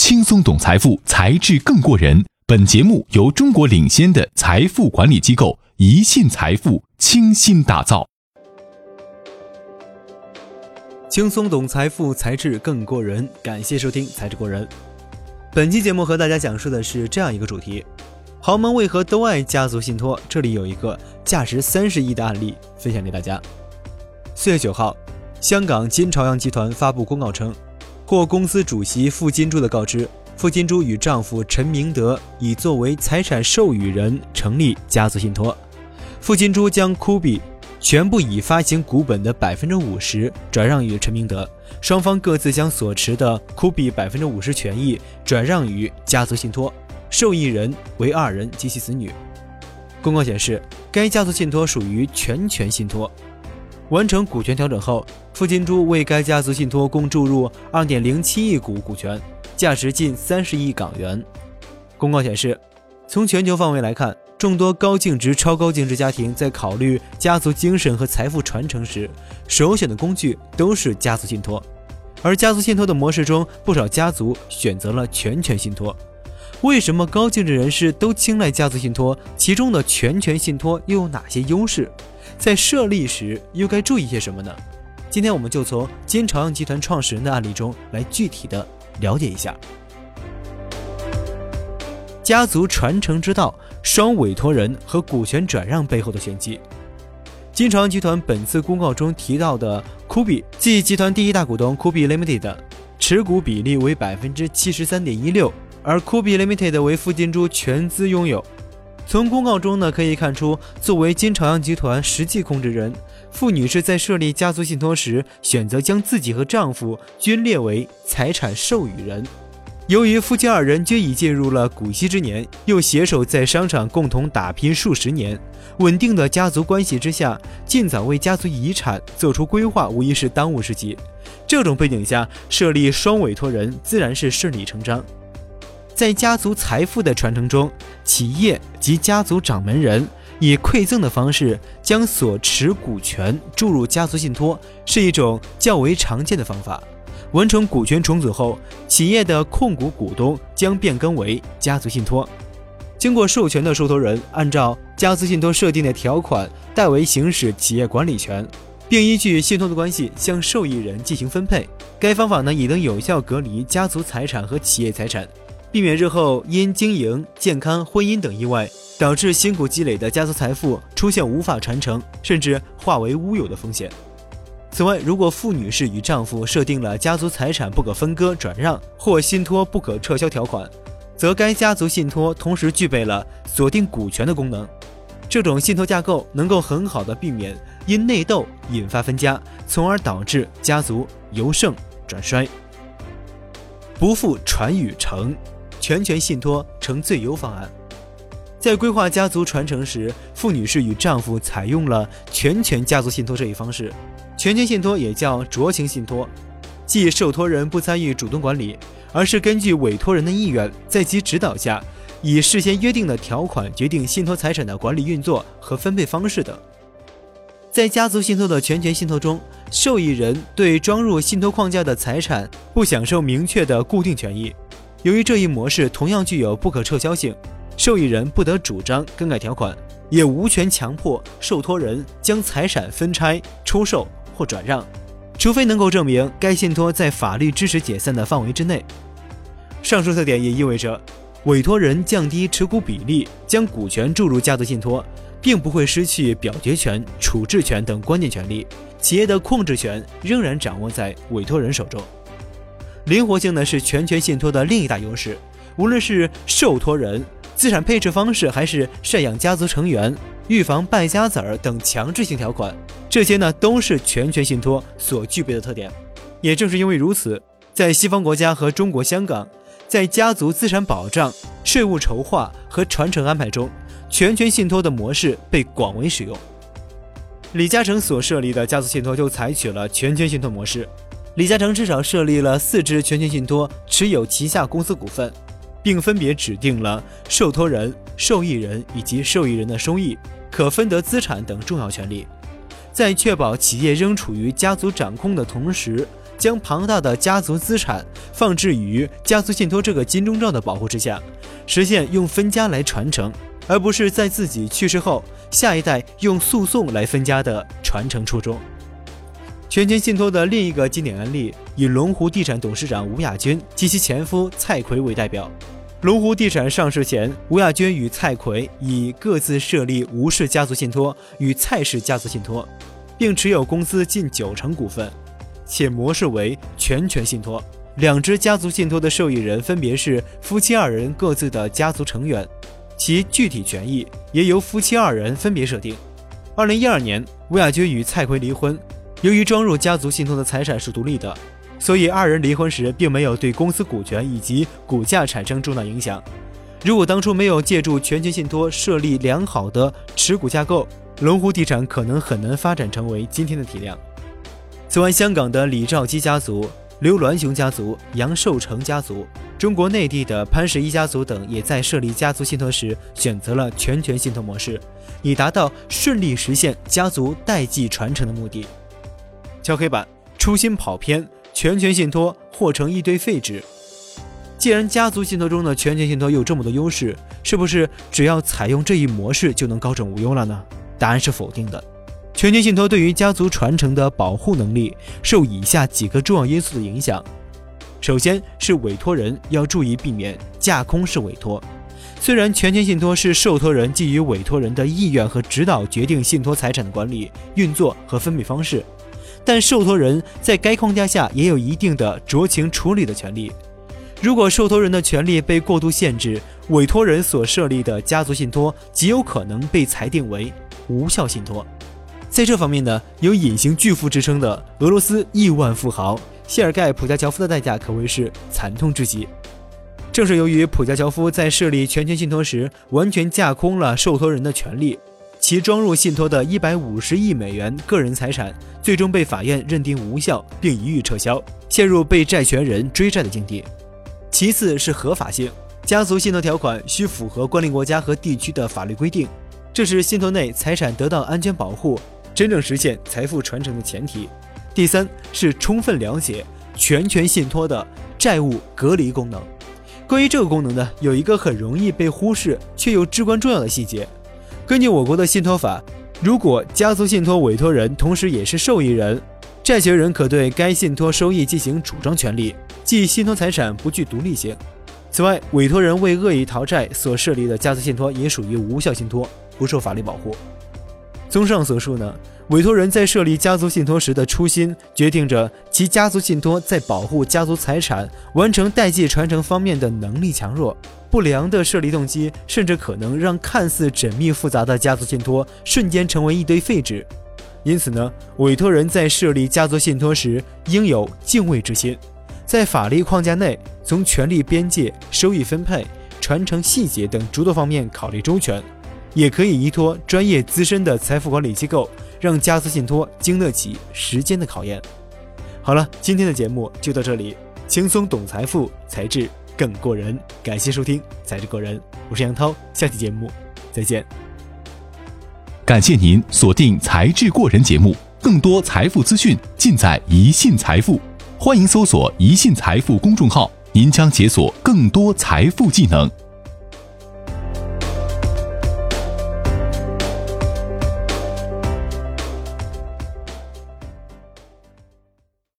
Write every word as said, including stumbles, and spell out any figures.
轻松懂财富，才智更过人。本节目由中国领先的财富管理机构宜信财富倾心打造。 轻松懂财富，才智更过人。感谢收听才智过人。本期节目和大家讲述的是这样一个主题：豪门为何都爱家族信托？这里有一个价值三十亿的案例分享给大家。四月九号，香港金朝阳集团发布公告称，获公司主席傅金珠的告知，傅金珠与丈夫陈明德已作为财产授予人成立家族信托。傅金珠将 Kubi 全部已发行股本的 百分之五十 转让于陈明德，双方各自将所持的 Kubi 百分之五十 权益转让于家族信托，受益人为二人及其子女。公告显示，该家族信托属于全权信托。完成股权调整后，傅金珠为该家族信托共注入 二点零七亿股股权，价值近三十亿港元。公告显示，从全球范围来看，众多高净值、超高净值家庭在考虑家族精神和财富传承时，首选的工具都是家族信托。而家族信托的模式中，不少家族选择了全权信托。为什么高净值人士都青睐家族信托？其中的全权信托又有哪些优势？在设立时又该注意些什么呢？今天我们就从金朝阳集团创始人的案例中来具体的了解一下。家族传承之道，双委托人和股权转让背后的玄机。金朝阳集团本次公告中提到的 Kubi 即集团第一大股东 Kubi Limited 持股比例为 百分之七十三点一六， 而 Kubi Limited 为傅金珠全资拥有。从公告中呢可以看出，作为金朝阳集团实际控制人，傅女士在设立家族信托时，选择将自己和丈夫均列为财产授予人。由于夫妻二人均已进入了古稀之年，又携手在商场共同打拼数十年，稳定的家族关系之下，尽早为家族遗产做出规划，无疑是当务之急。这种背景下，设立双委托人自然是顺理成章。在家族财富的传承中，企业及家族掌门人以馈赠的方式将所持股权注入家族信托，是一种较为常见的方法。完成股权重组后，企业的控股股东将变更为家族信托。经过授权的受托人按照家族信托设定的条款代为行使企业管理权，并依据信托的关系向受益人进行分配。该方法呢，也能有效隔离家族财产和企业财产，避免日后因经营、健康、婚姻等意外，导致辛苦积累的家族财富出现无法传承，甚至化为乌有的风险。此外，如果傅女士与丈夫设定了家族财产不可分割转让或信托不可撤销条款，则该家族信托同时具备了锁定股权的功能。这种信托架构能够很好地避免因内斗引发分家，从而导致家族由盛转衰。不负传与承，全权信托成最优方案。在规划家族传承时，傅女士与丈夫采用了全权家族信托这一方式。全权信托也叫酌情信托，即受托人不参与主动管理，而是根据委托人的意愿，在其指导下，以事先约定的条款决定信托财产的管理运作和分配方式等。在家族信托的全权信托中，受益人对装入信托框架的财产不享受明确的固定权益。由于这一模式同样具有不可撤销性，受益人不得主张更改条款，也无权强迫受托人将财产分拆、出售或转让，除非能够证明该信托在法律支持解散的范围之内。上述特点也意味着，委托人降低持股比例，将股权注入家族信托，并不会失去表决权、处置权等关键权利，企业的控制权仍然掌握在委托人手中。灵活性呢是全权信托的另一大优势，无论是受托人、资产配置方式，还是赡养家族成员、预防败家子儿等强制性条款，这些呢都是全权信托所具备的特点。也正是因为如此，在西方国家和中国香港，在家族资产保障、税务筹划和传承安排中，全权信托的模式被广为使用。李嘉诚所设立的家族信托就采取了全权信托模式。李嘉诚至少设立了四支全权信托，持有旗下公司股份，并分别指定了受托人、受益人以及受益人的收益、可分得资产等重要权利。在确保企业仍处于家族掌控的同时， 将庞大的家族资产放置于家族信托这个金钟罩的保护之下，实现用分家来传承，而不是在自己去世后下一代用诉讼来分家的传承初衷。全权信托的另一个经典案例以龙湖地产董事长吴亚军及其前夫蔡奎为代表。龙湖地产上市前，吴亚军与蔡奎以各自设立吴氏家族信托与蔡氏家族信托，并持有公司近九成股份，且模式为全权信托。两支家族信托的受益人分别是夫妻二人各自的家族成员，其具体权益也由夫妻二人分别设定。二零一二年，吴亚军与蔡奎离婚，由于装入家族信托的财产是独立的，所以二人离婚时并没有对公司股权以及股价产生重大影响。如果当初没有借助全权信托设立良好的持股架构，龙湖地产可能很难发展成为今天的体量。此外，香港的李兆基家族、刘銮雄家族、杨寿成家族，中国内地的潘石屹家族等也在设立家族信托时选择了全权信托模式，以达到顺利实现家族代际传承的目的。敲黑板，初心跑偏，全权信托或成一堆废纸。既然家族信托中的全权信托有这么多优势，是不是只要采用这一模式就能高枕无忧了呢？答案是否定的。全权信托对于家族传承的保护能力受以下几个重要因素的影响。首先是委托人要注意避免架空式委托。虽然全权信托是受托人基于委托人的意愿和指导决定信托财产的管理、运作和分配方式，但受托人在该框架下也有一定的酌情处理的权利。如果受托人的权利被过度限制，委托人所设立的家族信托极有可能被裁定为无效信托。在这方面呢，有隐形巨富之称的俄罗斯亿万富豪谢尔盖·普加乔夫的代价可谓是惨痛至极。正是由于普加乔夫在设立全权信托时完全架空了受托人的权利，其装入信托的一百五十亿美元个人财产最终被法院认定无效，并一予撤销，陷入被债权人追债的境地。其次是合法性，家族信托条款需符合关联国家和地区的法律规定，这是信托内财产得到安全保护，真正实现财富传承的前提。第三是充分了解全权信托的债务隔离功能。关于这个功能呢，有一个很容易被忽视却又至关重要的细节。根据我国的信托法，如果家族信托委托人同时也是受益人，债权人可对该信托收益进行主张权利，即信托财产不具独立性。此外，委托人为恶意逃债所设立的家族信托也属于无效信托，不受法律保护。综上所述呢，委托人在设立家族信托时的初心，决定着其家族信托在保护家族财产、完成代际传承方面的能力强弱。不良的设立动机甚至可能让看似缜密复杂的家族信托瞬间成为一堆废纸。因此呢，委托人在设立家族信托时应有敬畏之心，在法律框架内从权利边界、收益分配、传承细节等诸多方面考虑周全，也可以依托专业资深的财富管理机构，让家族信托经得起时间的考验。好了，今天的节目就到这里，轻松懂财富，才智更过人。感谢收听才智过人，我是杨涛，下期节目再见。 感谢您锁定才智过人节目，更多财富资讯尽在宜信财富，欢迎搜索宜信财富公众号，您将解锁更多财富技能。